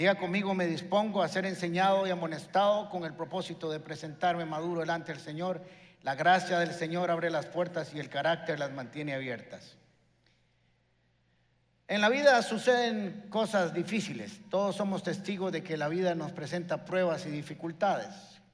Diga conmigo: me dispongo a ser enseñado y amonestado con el propósito de presentarme maduro delante del Señor. La gracia del Señor abre las puertas y el carácter las mantiene abiertas. En la vida suceden cosas difíciles. Todos somos testigos de que la vida nos presenta pruebas y dificultades.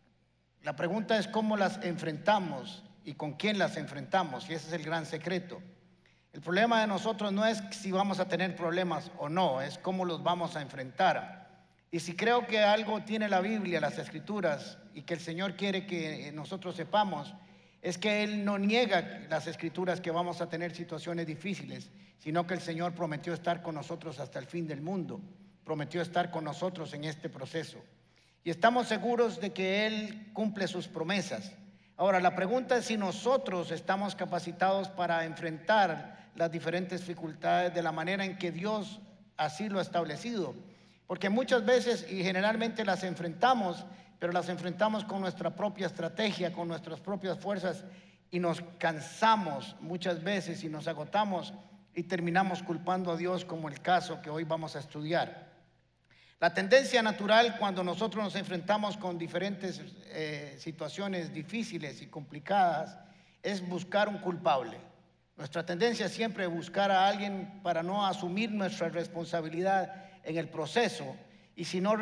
La pregunta es cómo las enfrentamos y con quién las enfrentamos, y ese es el gran secreto. El problema de nosotros no es si vamos a tener problemas o no, es cómo los vamos a enfrentar. Y si creo que algo tiene la Biblia, las Escrituras, y que el Señor quiere que nosotros sepamos, es que Él no niega las Escrituras que vamos a tener situaciones difíciles, sino que el Señor prometió estar con nosotros hasta el fin del mundo, prometió estar con nosotros en este proceso. Y estamos seguros de que Él cumple sus promesas. Ahora, la pregunta es si nosotros estamos capacitados para enfrentar las diferentes dificultades de la manera en que Dios así lo ha establecido. Porque muchas veces y generalmente las enfrentamos, pero las enfrentamos con nuestra propia estrategia, con nuestras propias fuerzas, y nos cansamos muchas veces y nos agotamos y terminamos culpando a Dios, como el caso que hoy vamos a estudiar. La tendencia natural cuando nosotros nos enfrentamos con diferentes situaciones difíciles y complicadas es buscar un culpable. Nuestra tendencia siempre es buscar a alguien para no asumir nuestra responsabilidad en el proceso. Y si no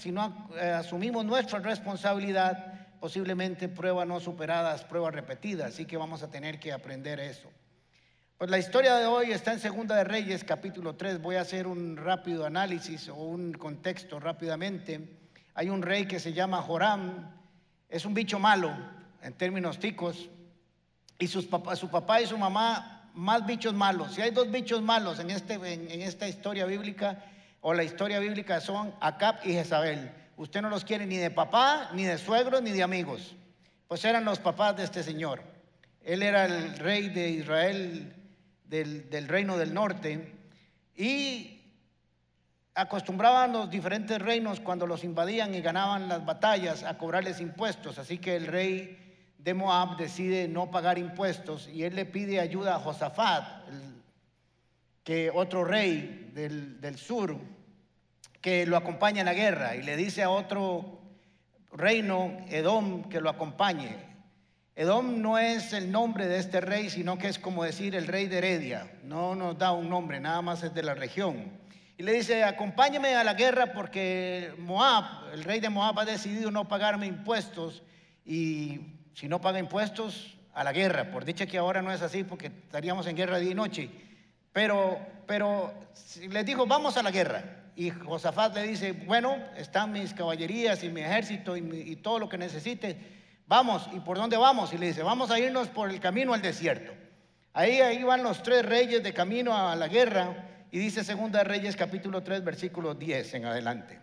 asumimos nuestra responsabilidad, posiblemente pruebas no superadas, pruebas repetidas. Así que vamos a tener que aprender eso. Pues la historia de hoy está en Segunda de Reyes, capítulo 3. Voy a hacer un rápido análisis o un contexto rápidamente. Hay un rey que se llama Joram. Es un bicho malo en términos ticos. Y su papá y su mamá, más bichos malos. Si hay dos bichos malos en esta historia bíblica, o la historia bíblica, son Acab y Jezabel. Usted no los quiere ni de papá, ni de suegros, ni de amigos. Pues eran los papás de este señor. Él era el rey de Israel, del reino del norte, y acostumbraban los diferentes reinos, cuando los invadían y ganaban las batallas, a cobrarles impuestos. Así que el rey de Moab decide no pagar impuestos, y él le pide ayuda a Josafat, que otro rey del sur, que lo acompañe en la guerra, y le dice a otro reino, Edom, que lo acompañe. Edom no es el nombre de este rey, sino que es como decir el rey de Heredia. No nos da un nombre, nada más es de la región. Y le dice: acompáñeme a la guerra porque Moab, el rey de Moab, ha decidido no pagarme impuestos, y si no paga impuestos, a la guerra. Por dicha que ahora no es así, porque estaríamos en guerra día y noche. Pero les dijo: vamos a la guerra. Y Josafat le dice: bueno, están mis caballerías y mi ejército y todo lo que necesite. Vamos. ¿Y por dónde vamos? Y le dice: vamos a irnos por el camino al desierto. Ahí van los tres reyes de camino a la guerra. Y dice Segunda de Reyes, capítulo 3, versículo 10 en adelante.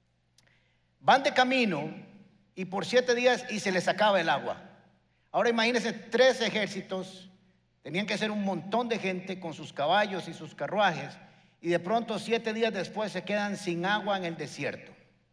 Van de camino y por 7 días y se les acaba el agua. Ahora imagínense, 3 ejércitos. Tenían que ser un montón de gente con sus caballos y sus carruajes, y de pronto 7 días después se quedan sin agua en el desierto.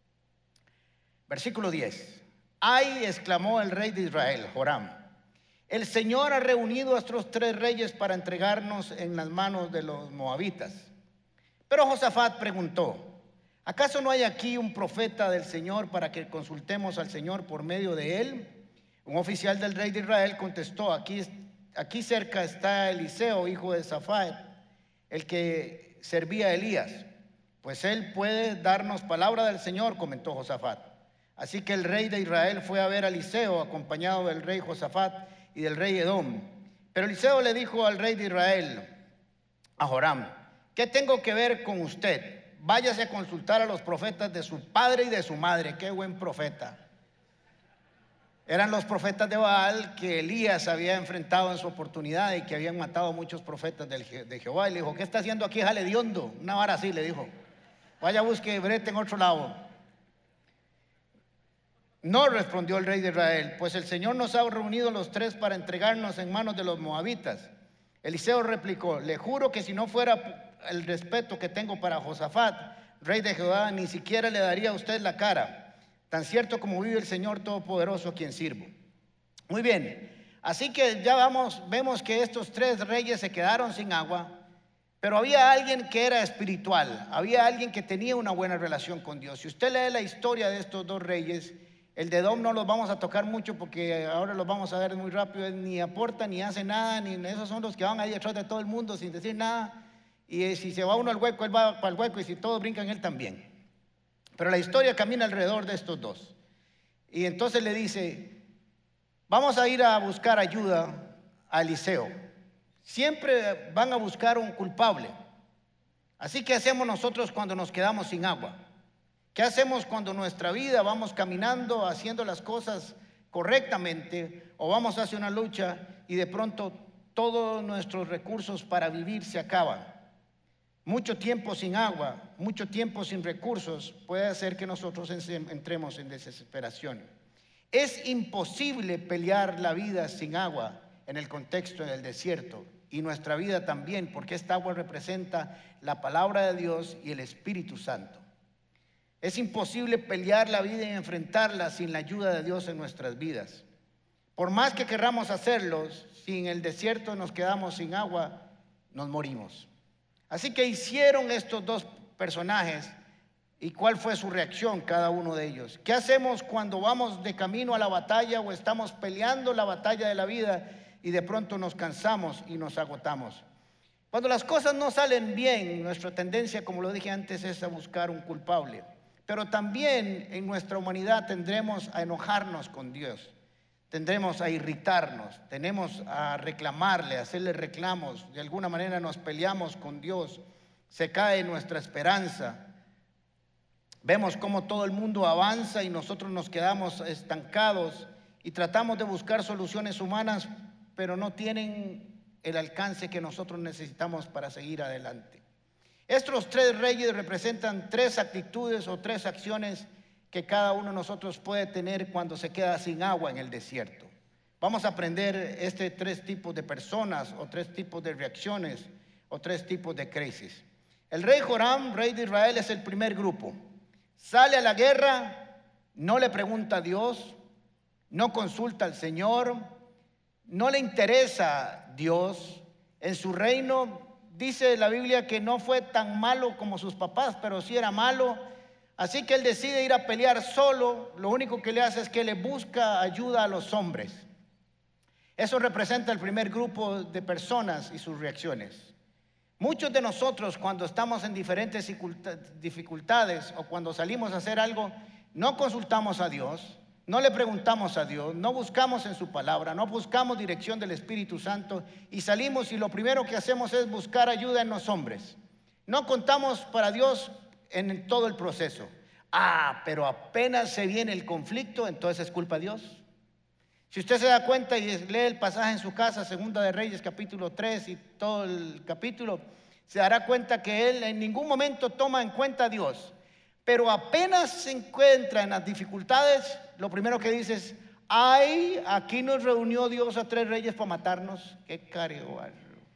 Versículo 10. ¡Ay!, exclamó el rey de Israel, Joram, el Señor ha reunido a estos 3 reyes para entregarnos en las manos de los moabitas. Pero Josafat preguntó: ¿acaso no hay aquí un profeta del Señor para que consultemos al Señor por medio de él? Un oficial del rey de Israel contestó: aquí cerca está Eliseo, hijo de Safat, el que servía a Elías. Pues él puede darnos palabra del Señor, comentó Josafat. Así que el rey de Israel fue a ver a Eliseo, acompañado del rey Josafat y del rey Edom. Pero Eliseo le dijo al rey de Israel, a Joram: ¿qué tengo que ver con usted? Váyase a consultar a los profetas de su padre y de su madre. Qué buen profeta. Eran los profetas de Baal que Elías había enfrentado en su oportunidad y que habían matado a muchos profetas de Jehová. Y le dijo: ¿qué está haciendo aquí, jale de hondo? Una vara así le dijo: vaya, busque brete en otro lado. No, respondió el rey de Israel, pues el Señor nos ha reunido los 3 para entregarnos en manos de los moabitas. Eliseo replicó: le juro que si no fuera el respeto que tengo para Josafat, rey de Judá, ni siquiera le daría a usted la cara, tan cierto como vive el Señor Todopoderoso a quien sirvo. Muy bien, así que ya vemos que estos 3 reyes se quedaron sin agua, Pero había alguien que era espiritual, había alguien que tenía una buena relación con Dios. Si usted lee la historia de estos dos reyes, el de Edom no los vamos a tocar mucho porque ahora los vamos a ver muy rápido, él ni aporta, ni hace nada, ni esos son los que van ahí detrás de todo el mundo sin decir nada. Y si se va uno al hueco, él va para el hueco, y si todos brincan, él también. Pero la historia camina alrededor de estos dos. Y entonces le dice, vamos a ir a buscar ayuda a Eliseo. Siempre van a buscar un culpable. Así que hacemos nosotros cuando nos quedamos sin agua. ¿Qué hacemos cuando nuestra vida vamos caminando, haciendo las cosas correctamente, o vamos hacia una lucha y de pronto todos nuestros recursos para vivir se acaban? Mucho tiempo sin agua, mucho tiempo sin recursos puede hacer que nosotros entremos en desesperación. Es imposible pelear la vida sin agua en el contexto del desierto, y nuestra vida también, porque esta agua representa la palabra de Dios y el Espíritu Santo. Es imposible pelear la vida y enfrentarla sin la ayuda de Dios en nuestras vidas. Por más que querramos hacerlo, si en el desierto nos quedamos sin agua, nos morimos. Así que hicieron estos dos personajes. ¿Y cuál fue su reacción cada uno de ellos? ¿Qué hacemos cuando vamos de camino a la batalla o estamos peleando la batalla de la vida y de pronto nos cansamos y nos agotamos? Cuando las cosas no salen bien, nuestra tendencia, como lo dije antes, es a buscar un culpable. Pero también en nuestra humanidad tendremos a enojarnos con Dios, tendremos a irritarnos, tenemos a reclamarle, a hacerle reclamos. De alguna manera nos peleamos con Dios, se cae nuestra esperanza. Vemos cómo todo el mundo avanza y nosotros nos quedamos estancados y tratamos de buscar soluciones humanas, pero no tienen el alcance que nosotros necesitamos para seguir adelante. Estos tres reyes representan tres actitudes o tres acciones que cada uno de nosotros puede tener cuando se queda sin agua en el desierto. Vamos a aprender tres tipos de personas o tres tipos de reacciones o tres tipos de crisis. El rey Joram, rey de Israel, es el primer grupo. Sale a la guerra, no le pregunta a Dios, no consulta al Señor, no le interesa Dios. En su reino dice la Biblia que no fue tan malo como sus papás, pero sí era malo. Así que él decide ir a pelear solo. Lo único que le hace es que le busca ayuda a los hombres. Eso representa el primer grupo de personas y sus reacciones. Muchos de nosotros, cuando estamos en diferentes dificultades o cuando salimos a hacer algo, no consultamos a Dios, no le preguntamos a Dios, no buscamos en su palabra, no buscamos dirección del Espíritu Santo y salimos y lo primero que hacemos es buscar ayuda en los hombres. No contamos para Dios en todo el proceso. Pero apenas se viene el conflicto, entonces es culpa de Dios. Si usted se da cuenta y lee el pasaje en su casa, Segunda de Reyes capítulo 3 y todo el capítulo, se dará cuenta que él en ningún momento toma en cuenta a Dios. Pero apenas se encuentra en las dificultades, lo primero que dice es: ay, aquí nos reunió Dios a tres reyes para matarnos. Qué careo.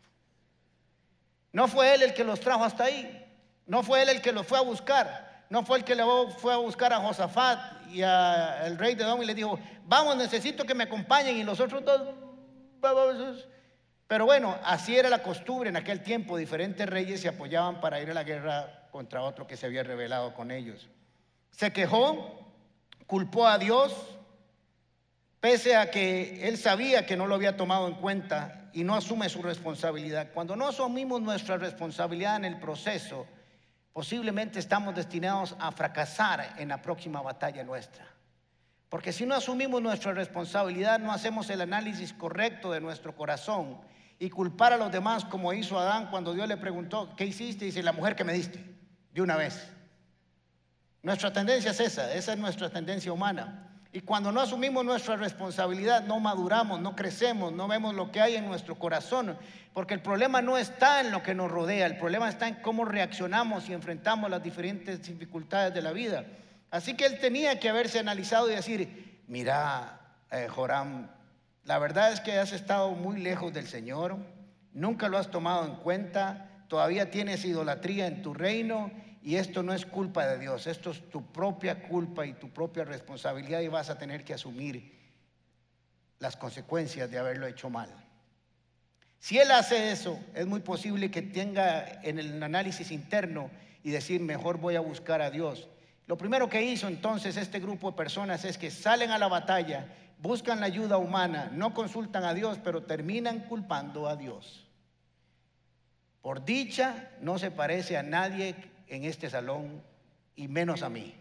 No fue él el que los trajo hasta ahí. No fue él el que los fue a buscar. No fue el que le fue a buscar a Josafat y al rey de Edom y le dijo: vamos, necesito que me acompañen. Y los otros dos. Pero bueno, así era la costumbre en aquel tiempo. Diferentes reyes se apoyaban para ir a la guerra contra otro que se había rebelado con ellos. Se quejó, culpó a Dios, pese a que él sabía que no lo había tomado en cuenta, y no asume su responsabilidad. Cuando no asumimos nuestra responsabilidad en el proceso, posiblemente estamos destinados a fracasar en la próxima batalla nuestra. Porque si no asumimos nuestra responsabilidad, no hacemos el análisis correcto de nuestro corazón y culpar a los demás como hizo Adán cuando Dios le preguntó: ¿qué hiciste? Y dice: la mujer que me diste, de una vez. Nuestra tendencia es esa es nuestra tendencia humana. Y cuando no asumimos nuestra responsabilidad, no maduramos, no crecemos, no vemos lo que hay en nuestro corazón. Porque el problema no está en lo que nos rodea, el problema está en cómo reaccionamos y enfrentamos las diferentes dificultades de la vida. Así que él tenía que haberse analizado y decir: mira, Joram, la verdad es que has estado muy lejos del Señor, nunca lo has tomado en cuenta, todavía tienes idolatría en tu reino, y esto no es culpa de Dios, esto es tu propia culpa y tu propia responsabilidad, y vas a tener que asumir las consecuencias de haberlo hecho mal. Si él hace eso, es muy posible que tenga en el análisis interno y decir, mejor voy a buscar a Dios. Lo primero que hizo entonces este grupo de personas es que salen a la batalla, buscan la ayuda humana, no consultan a Dios, pero terminan culpando a Dios. Por dicha, no se parece a nadie en este salón y menos a mí.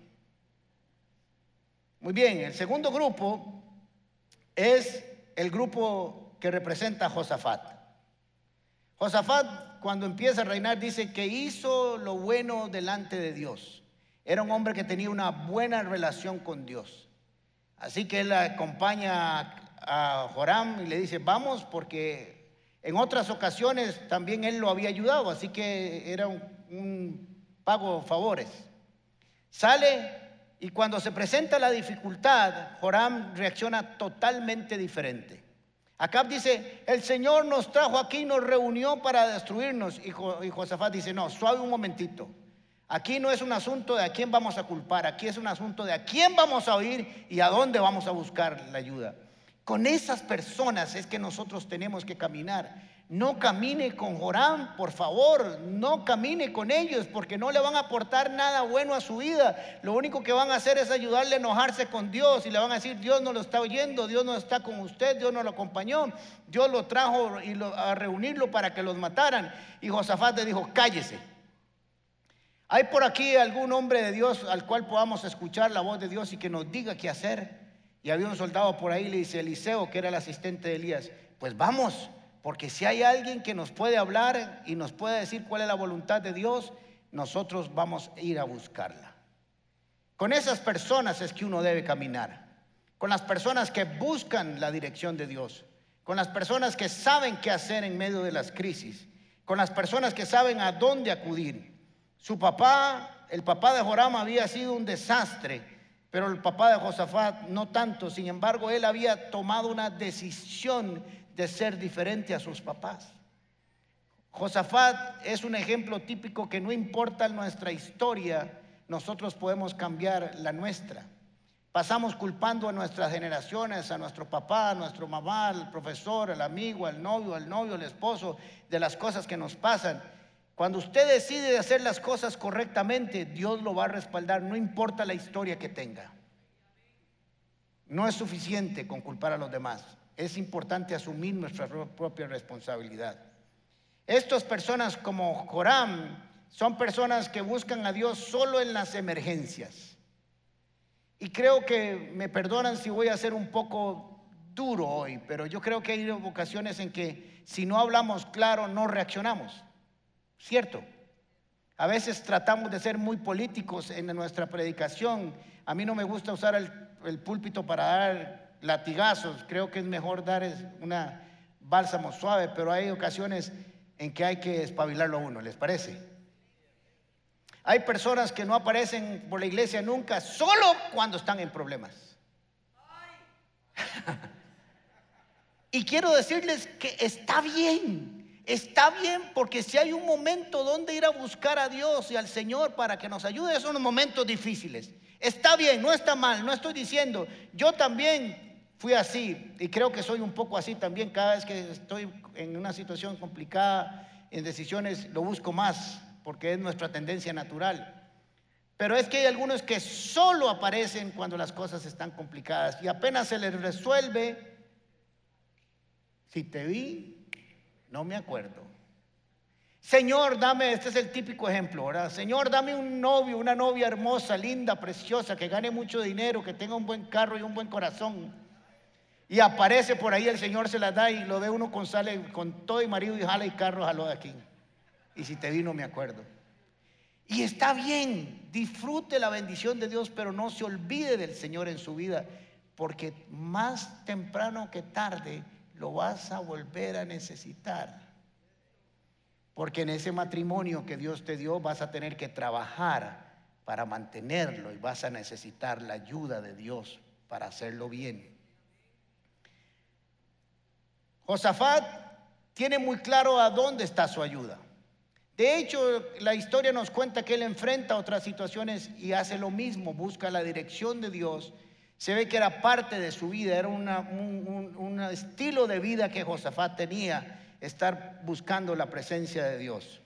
Muy bien, el segundo grupo es el grupo que representa a Josafat. Josafat, cuando empieza a reinar, dice que hizo lo bueno delante de Dios. Era un hombre que tenía una buena relación con Dios. Así que él acompaña a Joram y le dice, vamos, porque en otras ocasiones también él lo había ayudado, así que era un pago de favores. Sale y cuando se presenta la dificultad, Joram reacciona totalmente diferente. Acab dice, el Señor nos trajo aquí, nos reunió para destruirnos. Y Josafat dice, no, suave un momentito. Aquí no es un asunto de a quién vamos a culpar, aquí es un asunto de a quién vamos a oír y a dónde vamos a buscar la ayuda. Con esas personas es que nosotros tenemos que caminar. No camine con Joram, por favor, no camine con ellos porque no le van a aportar nada bueno a su vida. Lo único que van a hacer es ayudarle a enojarse con Dios y le van a decir, Dios no lo está oyendo, Dios no está con usted, Dios no lo acompañó, Dios lo trajo a reunirlo para que los mataran. Y Josafat le dijo, cállese. ¿Hay por aquí algún hombre de Dios al cual podamos escuchar la voz de Dios y que nos diga qué hacer? Y había un soldado por ahí, le dice Eliseo, que era el asistente de Elías, pues vamos, porque si hay alguien que nos puede hablar y nos puede decir cuál es la voluntad de Dios, nosotros vamos a ir a buscarla. Con esas personas es que uno debe caminar, con las personas que buscan la dirección de Dios, con las personas que saben qué hacer en medio de las crisis, con las personas que saben a dónde acudir. Su papá, el papá de Joram, había sido un desastre, pero el papá de Josafat no tanto. Sin embargo, él había tomado una decisión de ser diferente a sus papás. Josafat es un ejemplo típico que no importa nuestra historia, nosotros podemos cambiar la nuestra. Pasamos culpando a nuestras generaciones, a nuestro papá, a nuestra mamá, al profesor, al amigo, al novio, al esposo, de las cosas que nos pasan. Cuando usted decide hacer las cosas correctamente, Dios lo va a respaldar, no importa la historia que tenga. No es suficiente con culpar a los demás, es importante asumir nuestra propia responsabilidad. Estas personas como Joram son personas que buscan a Dios solo en las emergencias. Y creo que me perdonan si voy a ser un poco duro hoy, pero yo creo que hay ocasiones en que si no hablamos claro no reaccionamos. ¿Cierto? A veces tratamos de ser muy políticos en nuestra predicación. A mí no me gusta usar el púlpito para dar latigazos. Creo que es mejor dar una bálsamo suave, pero hay ocasiones en que hay que espabilarlo a uno, ¿les parece? Hay personas que no aparecen por la iglesia nunca, solo cuando están en problemas. Y quiero decirles que está bien. Está bien, porque si hay un momento donde ir a buscar a Dios y al Señor para que nos ayude, son los momentos difíciles. Está bien, no está mal, no estoy diciendo. Yo también fui así y creo que soy un poco así también. Cada vez que estoy en una situación complicada, en decisiones, lo busco más porque es nuestra tendencia natural. Pero es que hay algunos que solo aparecen cuando las cosas están complicadas y apenas se les resuelve. Si te vi, no me acuerdo. Señor, dame, este es el típico ejemplo, ¿verdad? Señor, dame un novio, una novia hermosa, linda, preciosa, que gane mucho dinero, que tenga un buen carro y un buen corazón. Y aparece por ahí, el Señor se las da y lo ve uno con todo y marido y jala y carro, jaló de aquí. Y si te vi, no me acuerdo. Y está bien, disfrute la bendición de Dios, pero no se olvide del Señor en su vida, porque más temprano que tarde lo vas a volver a necesitar. Porque en ese matrimonio que Dios te dio vas a tener que trabajar para mantenerlo y vas a necesitar la ayuda de Dios para hacerlo bien. Josafat tiene muy claro a dónde está su ayuda. De hecho, la historia nos cuenta que él enfrenta otras situaciones y hace lo mismo, busca la dirección de Dios. Se ve que era parte de su vida, era un estilo de vida que Josafat tenía. estar buscando la presencia de Dios.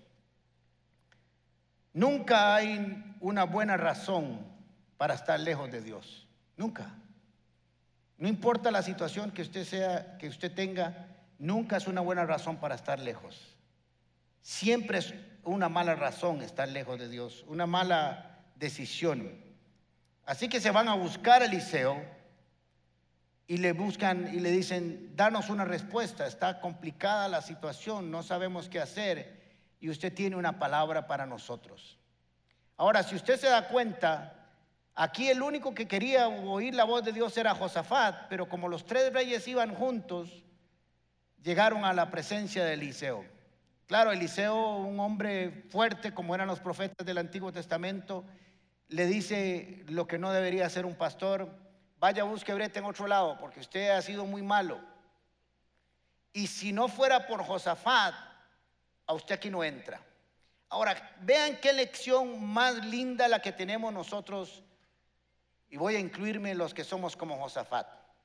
Nunca hay una buena razón para estar lejos de Dios. Nunca. No importa la situación que usted tenga, nunca es una buena razón para estar lejos. Siempre es una mala razón estar lejos de Dios, una mala decisión. Así que se van a buscar a Eliseo y le buscan y le dicen: danos una respuesta, está complicada la situación, no sabemos qué hacer y usted tiene una palabra para nosotros. Ahora, si usted se da cuenta, aquí el único que quería oír la voz de Dios era Josafat, pero como los tres reyes iban juntos, llegaron a la presencia de Eliseo. Claro, Eliseo, un hombre fuerte como eran los profetas del Antiguo Testamento, le dice lo que no debería hacer un pastor: vaya, busque brete en otro lado, porque usted ha sido muy malo. Y si no fuera por Josafat, a usted aquí no entra. Ahora, vean qué lección más linda la que tenemos nosotros, y voy a incluirme los que somos como Josafat.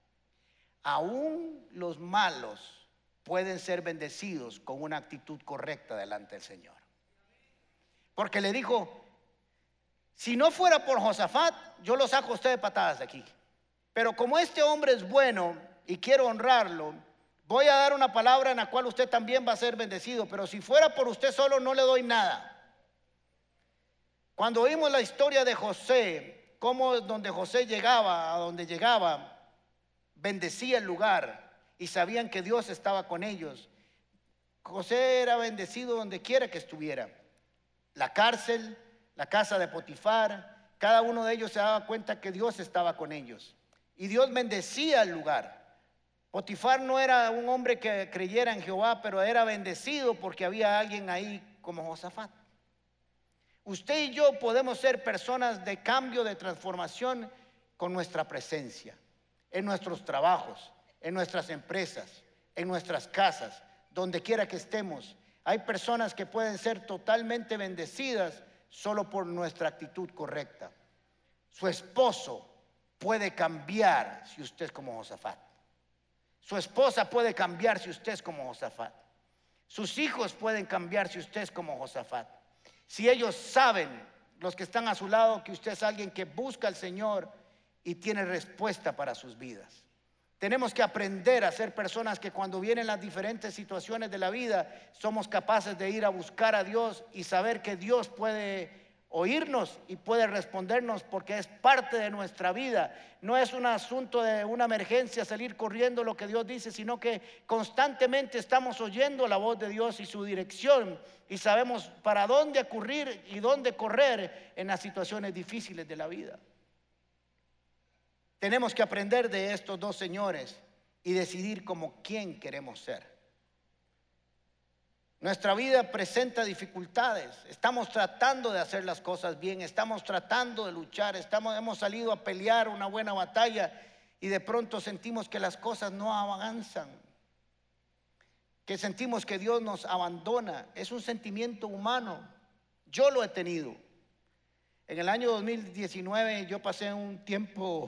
Aún los malos pueden ser bendecidos con una actitud correcta delante del Señor. Porque le dijo: si no fuera por Josafat, yo lo saco a usted de patadas de aquí. Pero como este hombre es bueno y quiero honrarlo, voy a dar una palabra en la cual usted también va a ser bendecido. Pero si fuera por usted solo, no le doy nada. Cuando oímos la historia de José, cómo donde José llegaba, a donde llegaba, bendecía el lugar y sabían que Dios estaba con ellos. José era bendecido donde quiera que estuviera. La cárcel, la casa de Potifar, cada uno de ellos se daba cuenta que Dios estaba con ellos. Y Dios bendecía el lugar. Potifar no era un hombre que creyera en Jehová, pero era bendecido porque había alguien ahí como Josafat. Usted y yo podemos ser personas de cambio, de transformación con nuestra presencia, en nuestros trabajos, en nuestras empresas, en nuestras casas, donde quiera que estemos. Hay personas que pueden ser totalmente bendecidas solo por nuestra actitud correcta. Su esposo puede cambiar si usted es como Josafat. Su esposa puede cambiar si usted es como Josafat. Sus hijos pueden cambiar si usted es como Josafat. Si ellos saben, los que están a su lado, que usted es alguien que busca al Señor y tiene respuesta para sus vidas. Tenemos que aprender a ser personas que cuando vienen las diferentes situaciones de la vida, somos capaces de ir a buscar a Dios y saber que Dios puede oírnos y puede respondernos, porque es parte de nuestra vida. No es un asunto de una emergencia salir corriendo lo que Dios dice, sino que constantemente estamos oyendo la voz de Dios y su dirección, y sabemos para dónde acudir y dónde correr en las situaciones difíciles de la vida. Tenemos que aprender de estos dos señores y decidir como quién queremos ser. Nuestra vida presenta dificultades. Estamos tratando de hacer las cosas bien, estamos tratando de luchar, hemos salido a pelear una buena batalla y de pronto sentimos que las cosas no avanzan, que sentimos que Dios nos abandona. Es un sentimiento humano. Yo lo he tenido. En el año 2019 yo pasé un tiempo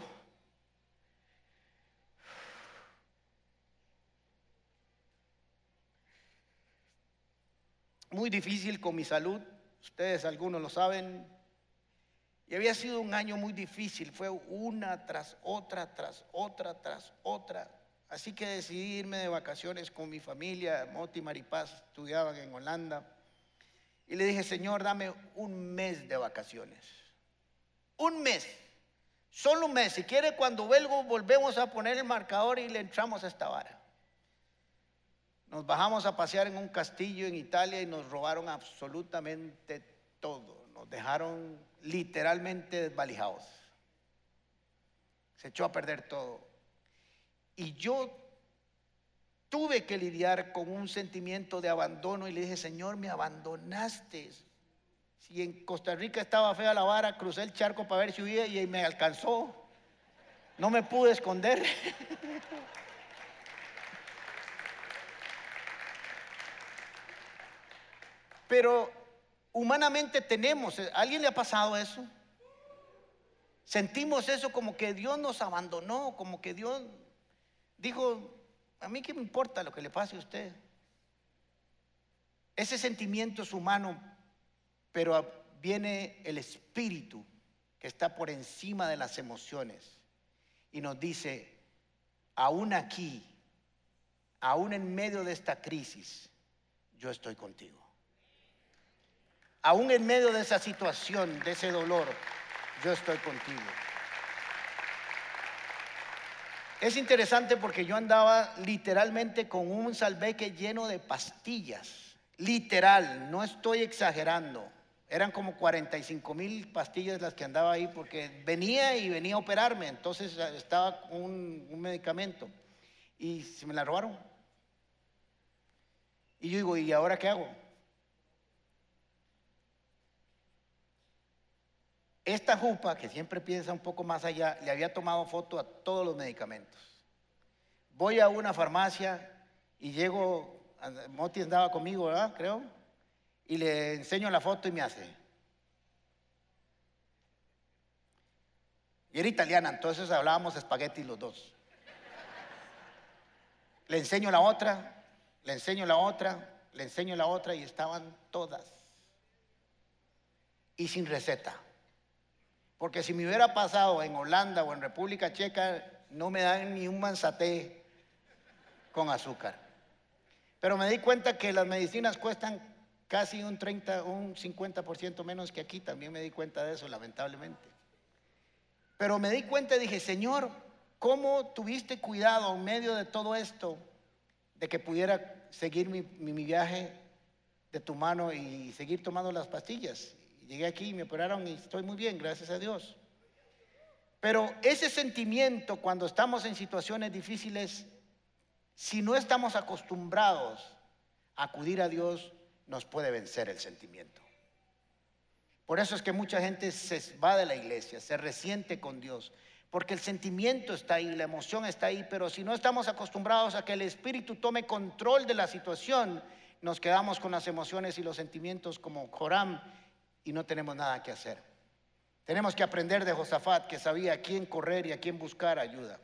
muy difícil con mi salud. Ustedes algunos lo saben. Y había sido un año muy difícil. Fue una tras otra, tras otra, tras otra. Así que decidí irme de vacaciones con mi familia. Moti y Maripaz estudiaban en Holanda. Y le dije: Señor, dame un mes de vacaciones. Un mes. Solo un mes. Si quiere, cuando vuelvo, volvemos a poner el marcador y le entramos a esta vara. Nos bajamos a pasear en un castillo en Italia y nos robaron absolutamente todo. Nos dejaron literalmente desvalijados. Se echó a perder todo. Y yo tuve que lidiar con un sentimiento de abandono y le dije: Señor, me abandonaste. Si en Costa Rica estaba fea la vara, crucé el charco para ver si huía y me alcanzó. No me pude esconder. Pero humanamente tenemos, ¿a alguien le ha pasado eso? Sentimos eso, como que Dios nos abandonó, como que Dios dijo: a mí qué me importa lo que le pase a usted. Ese sentimiento es humano, pero viene el espíritu que está por encima de las emociones y nos dice, aún aquí, aún en medio de esta crisis, yo estoy contigo. Aún en medio de esa situación, de ese dolor, yo estoy contigo. Es interesante porque yo andaba literalmente con un salveque lleno de pastillas. Literal, no estoy exagerando. Eran como 45,000 pastillas las que andaba ahí porque venía a operarme. Entonces estaba con un medicamento y se me la robaron. Y yo digo, ¿y ahora qué hago? Esta jupa, que siempre piensa un poco más allá, le había tomado foto a todos los medicamentos. Voy a una farmacia y llego, Moti andaba conmigo, ¿verdad? Creo, y le enseño la foto y me hace. Y era italiana, entonces hablábamos espagueti los dos. Le enseño la otra, le enseño la otra, le enseño la otra y estaban todas. Y sin receta. Porque si me hubiera pasado en Holanda o en República Checa, no me dan ni un manzaté con azúcar. Pero me di cuenta que las medicinas cuestan casi un 50% menos que aquí. También me di cuenta de eso, lamentablemente. Pero me di cuenta y dije, Señor, ¿cómo tuviste cuidado en medio de todo esto de que pudiera seguir mi viaje de tu mano y seguir tomando las pastillas? Llegué aquí y me operaron y estoy muy bien, gracias a Dios. Pero ese sentimiento cuando estamos en situaciones difíciles, si no estamos acostumbrados a acudir a Dios, nos puede vencer el sentimiento. Por eso es que mucha gente se va de la iglesia, se resiente con Dios, porque el sentimiento está ahí, la emoción está ahí, pero si no estamos acostumbrados a que el Espíritu tome control de la situación, nos quedamos con las emociones y los sentimientos como Joram y no tenemos nada que hacer. Tenemos que aprender de Josafat, que sabía a quién correr y a quién buscar ayuda.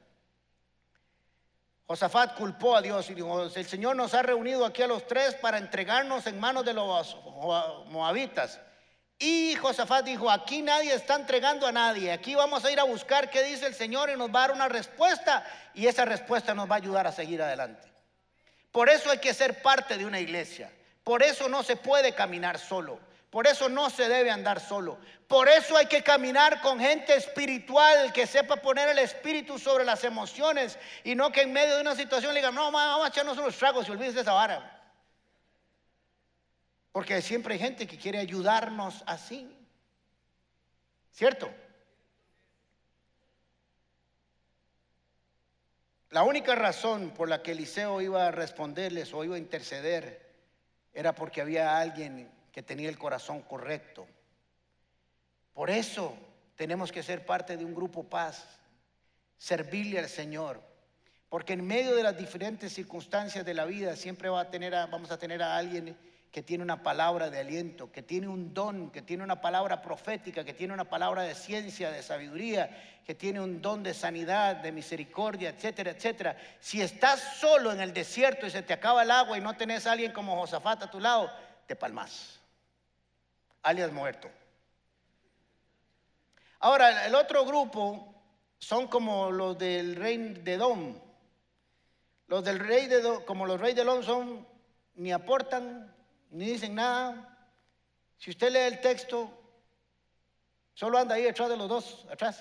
Josafat culpó a Dios y dijo, el Señor nos ha reunido aquí a los tres para entregarnos en manos de los moabitas. Y Josafat dijo, aquí nadie está entregando a nadie, aquí vamos a ir a buscar qué dice el Señor y nos va a dar una respuesta y esa respuesta nos va a ayudar a seguir adelante. Por eso hay que ser parte de una iglesia, por eso no se puede caminar solo. Por eso no se debe andar solo. Por eso hay que caminar con gente espiritual que sepa poner el espíritu sobre las emociones y no que en medio de una situación le digan, no, vamos a echarnos unos tragos y olvídese de esa vara. Porque siempre hay gente que quiere ayudarnos así. ¿Cierto? La única razón por la que Eliseo iba a responderles o iba a interceder era porque había alguien que tenía el corazón correcto. Por eso tenemos que ser parte de un grupo paz, servirle al Señor, porque en medio de las diferentes circunstancias de la vida siempre vamos a tener a alguien que tiene una palabra de aliento, que tiene un don, que tiene una palabra profética, que tiene una palabra de ciencia, de sabiduría, que tiene un don de sanidad, de misericordia, etcétera, etcétera. Si estás solo en el desierto y se te acaba el agua y no tenés a alguien como Josafat a tu lado, te palmas, alias muerto. Ahora, el otro grupo son como los del rey de Edom. Los del rey de Edom, como los reyes de Edom son, ni aportan, ni dicen nada. Si usted lee el texto, solo anda ahí detrás de los dos, atrás.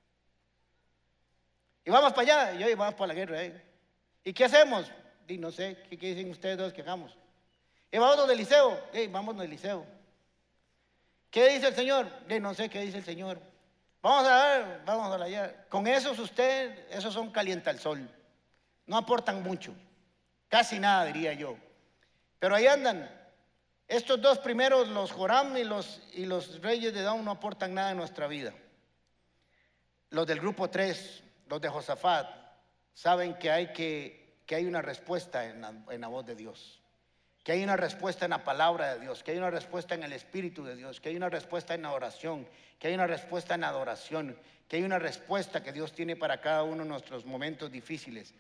Y vamos para allá, y hoy vamos para la guerra. ¿Y qué hacemos? Y no sé, ¿qué dicen ustedes dos que hagamos? Y vamos donde Eliseo, vamos donde Eliseo. ¿Qué dice el Señor? No sé qué dice el Señor. Vamos a ver, vamos a allá. Con esos esos son calienta el sol. No aportan mucho, casi nada diría yo. Pero ahí andan. Estos dos primeros, los Joram y los reyes de Edom, no aportan nada en nuestra vida. Los del grupo 3, los de Josafat, saben que hay una respuesta en la voz de Dios, que hay una respuesta en la palabra de Dios, que hay una respuesta en el Espíritu de Dios, que hay una respuesta en la oración, que hay una respuesta en la adoración, que hay una respuesta que Dios tiene para cada uno de nuestros momentos difíciles.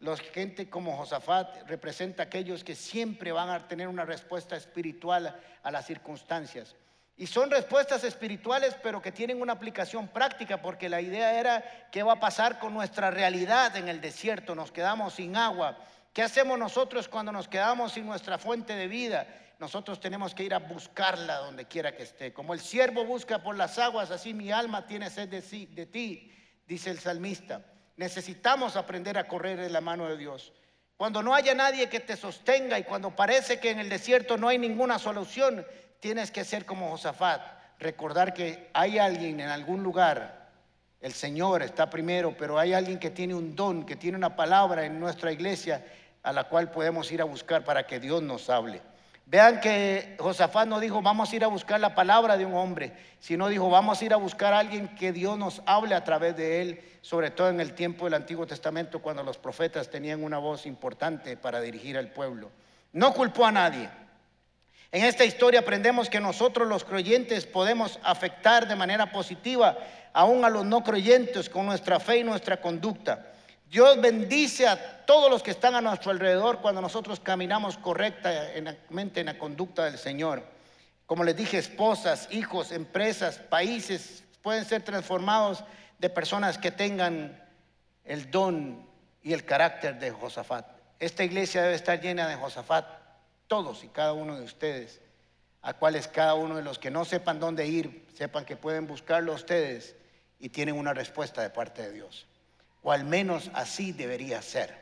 los gente como Josafat representa a aquellos que siempre van a tener una respuesta espiritual a las circunstancias. Y son respuestas espirituales, pero que tienen una aplicación práctica, porque la idea era qué va a pasar con nuestra realidad en el desierto. Nos quedamos sin agua. ¿Qué hacemos nosotros cuando nos quedamos sin nuestra fuente de vida? Nosotros tenemos que ir a buscarla donde quiera que esté. Como el siervo busca por las aguas, así mi alma tiene sed de ti, dice el salmista. Necesitamos aprender a correr en la mano de Dios. Cuando no haya nadie que te sostenga y cuando parece que en el desierto no hay ninguna solución, tienes que ser como Josafat, recordar que hay alguien en algún lugar. El Señor está primero, pero hay alguien que tiene un don, que tiene una palabra en nuestra iglesia a la cual podemos ir a buscar para que Dios nos hable. Vean que Josafat no dijo vamos a ir a buscar la palabra de un hombre, sino dijo vamos a ir a buscar a alguien que Dios nos hable a través de él, sobre todo en el tiempo del Antiguo Testamento, cuando los profetas tenían una voz importante para dirigir al pueblo. No culpó a nadie. En esta historia aprendemos que nosotros los creyentes podemos afectar de manera positiva aún a los no creyentes con nuestra fe y nuestra conducta. Dios bendice a todos los que están a nuestro alrededor cuando nosotros caminamos correctamente en la conducta del Señor. Como les dije, esposas, hijos, empresas, países pueden ser transformados de personas que tengan el don y el carácter de Josafat. Esta iglesia debe estar llena de Josafat, todos y cada uno de ustedes, a cuales cada uno de los que no sepan dónde ir, sepan que pueden buscarlo a ustedes y tienen una respuesta de parte de Dios. O al menos así debería ser.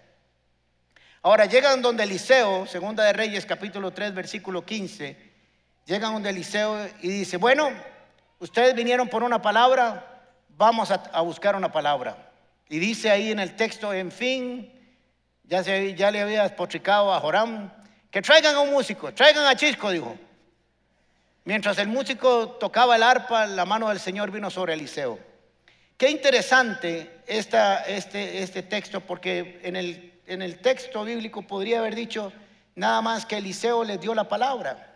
Ahora llegan donde Eliseo, Segunda de Reyes capítulo 3 versículo 15, llegan donde Eliseo y dice, bueno, ustedes vinieron por una palabra, vamos a buscar una palabra. Y dice ahí en el texto, en fin, ya le había despotricado a Joram, que traigan a un músico, traigan a Chisco, dijo. Mientras el músico tocaba el arpa, la mano del Señor vino sobre Eliseo. Qué interesante este texto, porque en el texto bíblico podría haber dicho nada más que Eliseo les dio la palabra.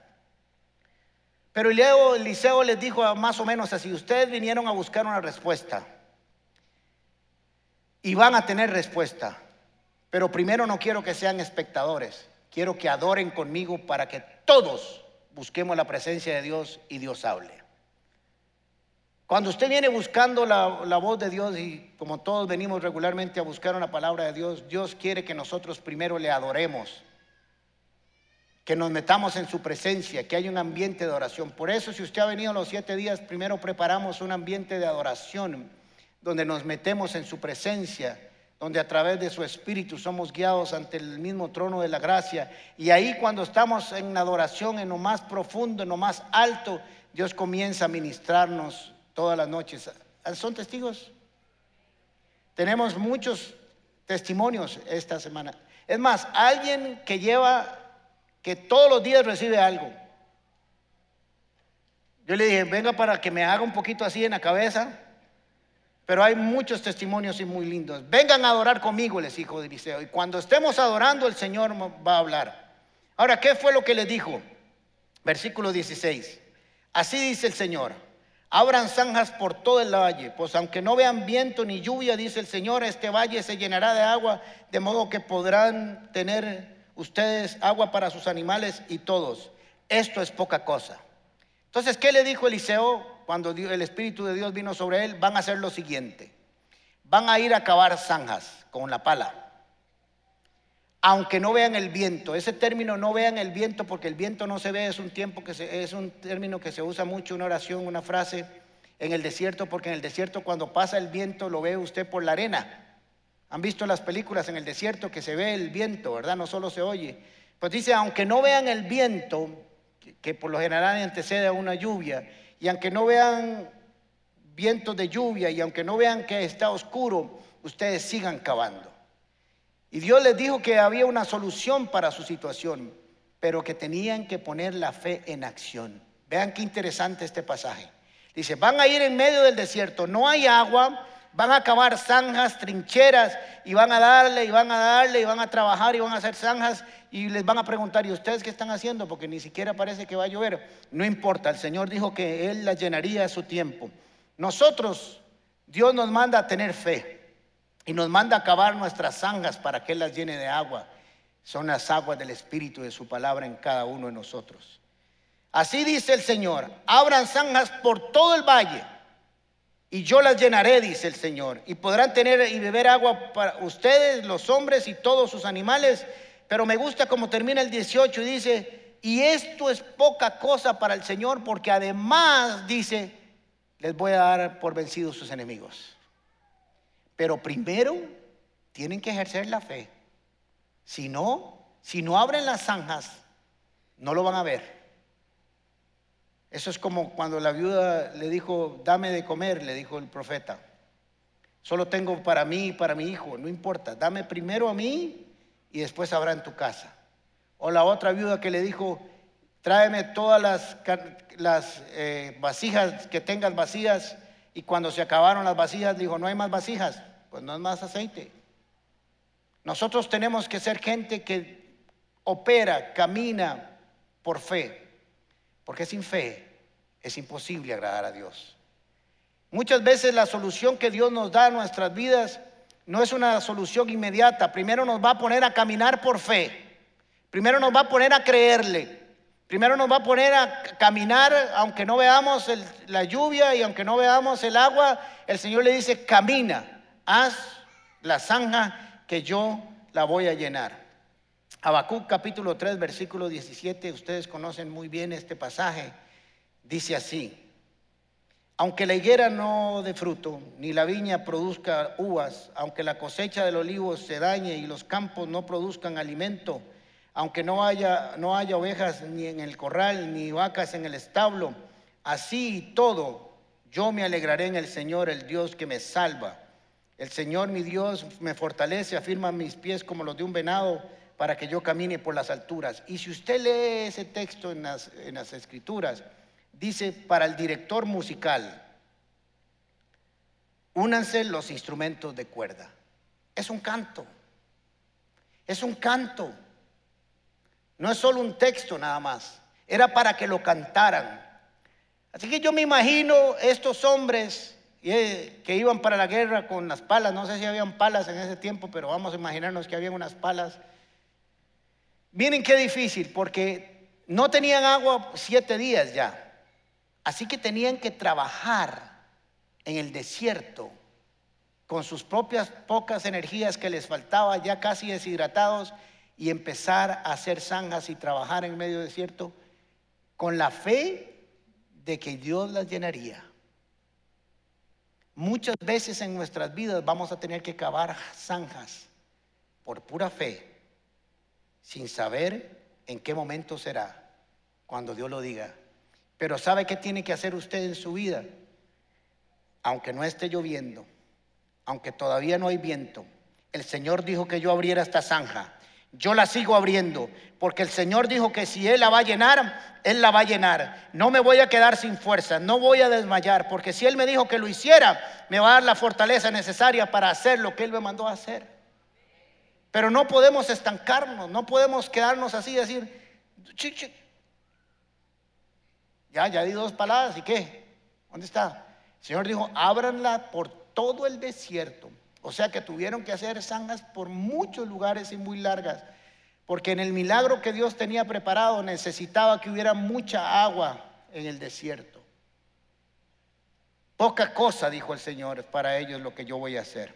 Pero Eliseo les dijo más o menos así, ustedes vinieron a buscar una respuesta y van a tener respuesta, pero primero no quiero que sean espectadores, quiero que adoren conmigo para que todos busquemos la presencia de Dios y Dios hable. Cuando usted viene buscando la voz de Dios, y como todos venimos regularmente a buscar una palabra de Dios, Dios quiere que nosotros primero le adoremos, que nos metamos en su presencia, que haya un ambiente de oración. Por eso, si usted ha venido los 7 días, primero preparamos un ambiente de adoración, donde nos metemos en su presencia, donde a través de su espíritu somos guiados ante el mismo trono de la gracia. Y ahí cuando estamos en la adoración, en lo más profundo, en lo más alto, Dios comienza a ministrarnos todas las noches. ¿Son testigos? Tenemos muchos testimonios esta semana. Es más, alguien que todos los días recibe algo. Yo le dije, venga para que me haga un poquito así en la cabeza. Pero hay muchos testimonios y muy lindos. Vengan a adorar conmigo, les dijo Eliseo. Y cuando estemos adorando, el Señor va a hablar. Ahora, ¿qué fue lo que les dijo? Versículo 16. Así dice el Señor: abran zanjas por todo el valle, pues aunque no vean viento ni lluvia, dice el Señor, este valle se llenará de agua, de modo que podrán tener ustedes agua para sus animales y todos. Esto es poca cosa. Entonces, ¿qué le dijo Eliseo? Cuando el Espíritu de Dios vino sobre él, van a hacer lo siguiente: van a ir a cavar zanjas con la pala, aunque no vean el viento. Ese término, no vean el viento, porque el viento no se ve, es un término que se usa mucho, una oración, una frase en el desierto, porque en el desierto cuando pasa el viento lo ve usted por la arena. Han visto las películas en el desierto que se ve el viento, ¿verdad? No solo se oye. Pues dice, aunque no vean el viento, que por lo general antecede a una lluvia, y aunque no vean vientos de lluvia, y aunque no vean que está oscuro, ustedes sigan cavando. Y Dios les dijo que había una solución para su situación, pero que tenían que poner la fe en acción. Vean qué interesante este pasaje. Dice, van a ir en medio del desierto, no hay agua, van a cavar zanjas, trincheras, y van a darle, y van a darle, y van a trabajar, y van a hacer zanjas, y les van a preguntar, ¿y ustedes qué están haciendo? Porque ni siquiera parece que va a llover. No importa, el Señor dijo que Él las llenaría a su tiempo. Nosotros, Dios nos manda a tener fe. y nos manda a cavar nuestras zanjas para que Él las llene de agua. Son las aguas del Espíritu de su palabra en cada uno de nosotros. Así dice el Señor: abran zanjas por todo el valle y yo las llenaré, dice el Señor, y podrán tener y beber agua para ustedes, los hombres y todos sus animales. Pero me gusta como termina el 18 y dice: y esto es poca cosa para el Señor, porque además, dice, les voy a dar por vencidos sus enemigos. Pero primero tienen que ejercer la fe. Si no abren las zanjas, no lo van a ver. Eso es como cuando la viuda le dijo: dame de comer, le dijo el profeta. Solo tengo para mí y para mi hijo, no importa, dame primero a mí y después habrá en tu casa. O la otra viuda que le dijo: tráeme todas las vasijas que tengas vacías, y cuando se acabaron las vasijas dijo: no hay más vasijas, pues no es más aceite. Nosotros tenemos que ser gente que opera, camina por fe, porque sin fe es imposible agradar a Dios. Muchas veces la solución que Dios nos da a nuestras vidas no es una solución inmediata. Primero nos va a poner a caminar por fe. Primero nos va a poner a creerle. Primero nos va a poner a caminar, aunque no veamos la lluvia y aunque no veamos el agua. El Señor le dice: camina, haz la zanja que yo la voy a llenar. Habacuc capítulo 3 versículo 17, ustedes conocen muy bien este pasaje. Dice así: aunque la higuera no dé fruto, ni la viña produzca uvas, aunque la cosecha del olivo se dañe y los campos no produzcan alimento, aunque no haya ovejas ni en el corral, ni vacas en el establo, así y todo, yo me alegraré en el Señor, el Dios que me salva. El Señor mi Dios me fortalece, afirma mis pies como los de un venado, para que yo camine por las alturas. Y si usted lee ese texto en las Escrituras, dice: para el director musical, únanse los instrumentos de cuerda. Es un canto. Es un canto. No es solo un texto nada más. Era para que lo cantaran. Así que yo me imagino estos hombres que iban para la guerra con las palas. No sé si habían palas en ese tiempo, pero vamos a imaginarnos que habían unas palas. Miren qué difícil, porque no tenían agua 7 días ya. Así que tenían que trabajar en el desierto con sus propias pocas energías que les faltaba, ya casi deshidratados, y empezar a hacer zanjas y trabajar en medio del desierto con la fe de que Dios las llenaría. Muchas veces en nuestras vidas vamos a tener que cavar zanjas por pura fe, sin saber en qué momento será, cuando Dios lo diga. Pero ¿sabe qué tiene que hacer usted en su vida? Aunque no esté lloviendo, aunque todavía no hay viento, el Señor dijo que yo abriera esta zanja. Yo la sigo abriendo, porque el Señor dijo que si Él la va a llenar, Él la va a llenar. No me voy a quedar sin fuerza, no voy a desmayar, porque si Él me dijo que lo hiciera, me va a dar la fortaleza necesaria para hacer lo que Él me mandó a hacer. Pero no podemos estancarnos, no podemos quedarnos así y decir: ya di 2 palabras, ¿y qué? ¿Dónde está? El Señor dijo: ábranla por todo el desierto. O sea que tuvieron que hacer zanjas por muchos lugares y muy largas, porque en el milagro que Dios tenía preparado necesitaba que hubiera mucha agua en el desierto. Poca cosa, dijo el Señor, para ellos lo que yo voy a hacer.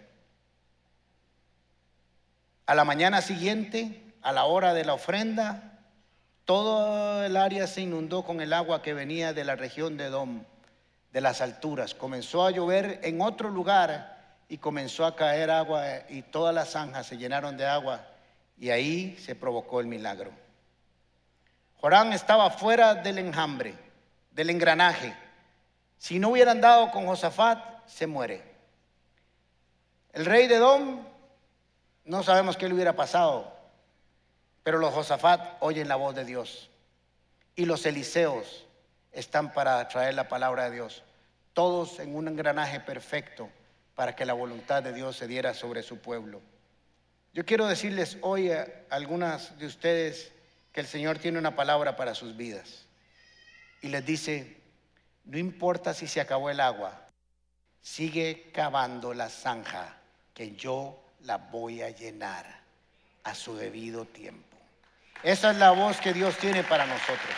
A la mañana siguiente, a la hora de la ofrenda, todo el área se inundó con el agua que venía de la región de Edom, de las alturas. Comenzó a llover en otro lugar y comenzó a caer agua, y todas las zanjas se llenaron de agua, y ahí se provocó el milagro. Joram estaba fuera del enjambre, del engranaje. Si no hubieran dado con Josafat, se muere. El rey de Edom, no sabemos qué le hubiera pasado, pero los Josafat oyen la voz de Dios, y los Eliseos están para traer la palabra de Dios, todos en un engranaje perfecto para que la voluntad de Dios se diera sobre su pueblo. Yo quiero decirles hoy a algunas de ustedes que el Señor tiene una palabra para sus vidas, y les dice: no importa si se acabó el agua, sigue cavando la zanja que yo la voy a llenar a su debido tiempo. Esa es la voz que Dios tiene para nosotros.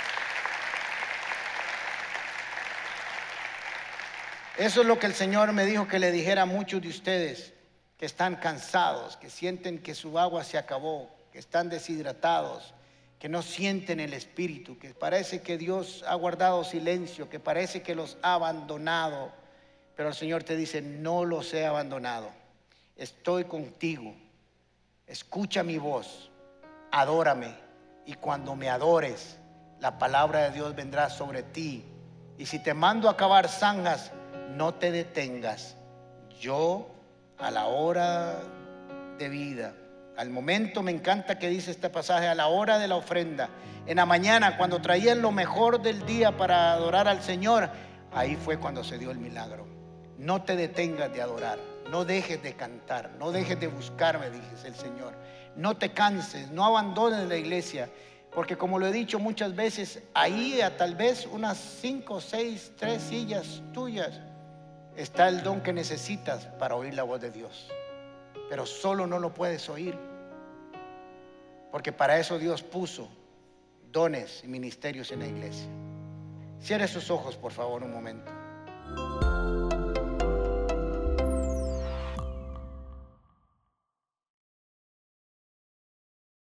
Eso es lo que el Señor me dijo que le dijera a muchos de ustedes que están cansados, que sienten que su agua se acabó, que están deshidratados, que no sienten el Espíritu, que parece que Dios ha guardado silencio, que parece que los ha abandonado. Pero el Señor te dice: no los he abandonado, estoy contigo, escucha mi voz, adórame, y cuando me adores, la palabra de Dios vendrá sobre ti. Y si te mando a cavar zanjas, no te detengas. Yo, a la hora de vida, al momento, me encanta que dice este pasaje, a la hora de la ofrenda, en la mañana, cuando traían lo mejor del día para adorar al Señor, ahí fue cuando se dio el milagro. No te detengas de adorar, no dejes de cantar, no dejes de buscarme, dice el Señor. No te canses, no abandones la iglesia, porque como lo he dicho muchas veces, ahí a tal vez unas 5, 6, 3 sillas tuyas está el don que necesitas para oír la voz de Dios. Pero solo no lo puedes oír, porque para eso Dios puso dones y ministerios en la iglesia. Cierre sus ojos, por favor, un momento.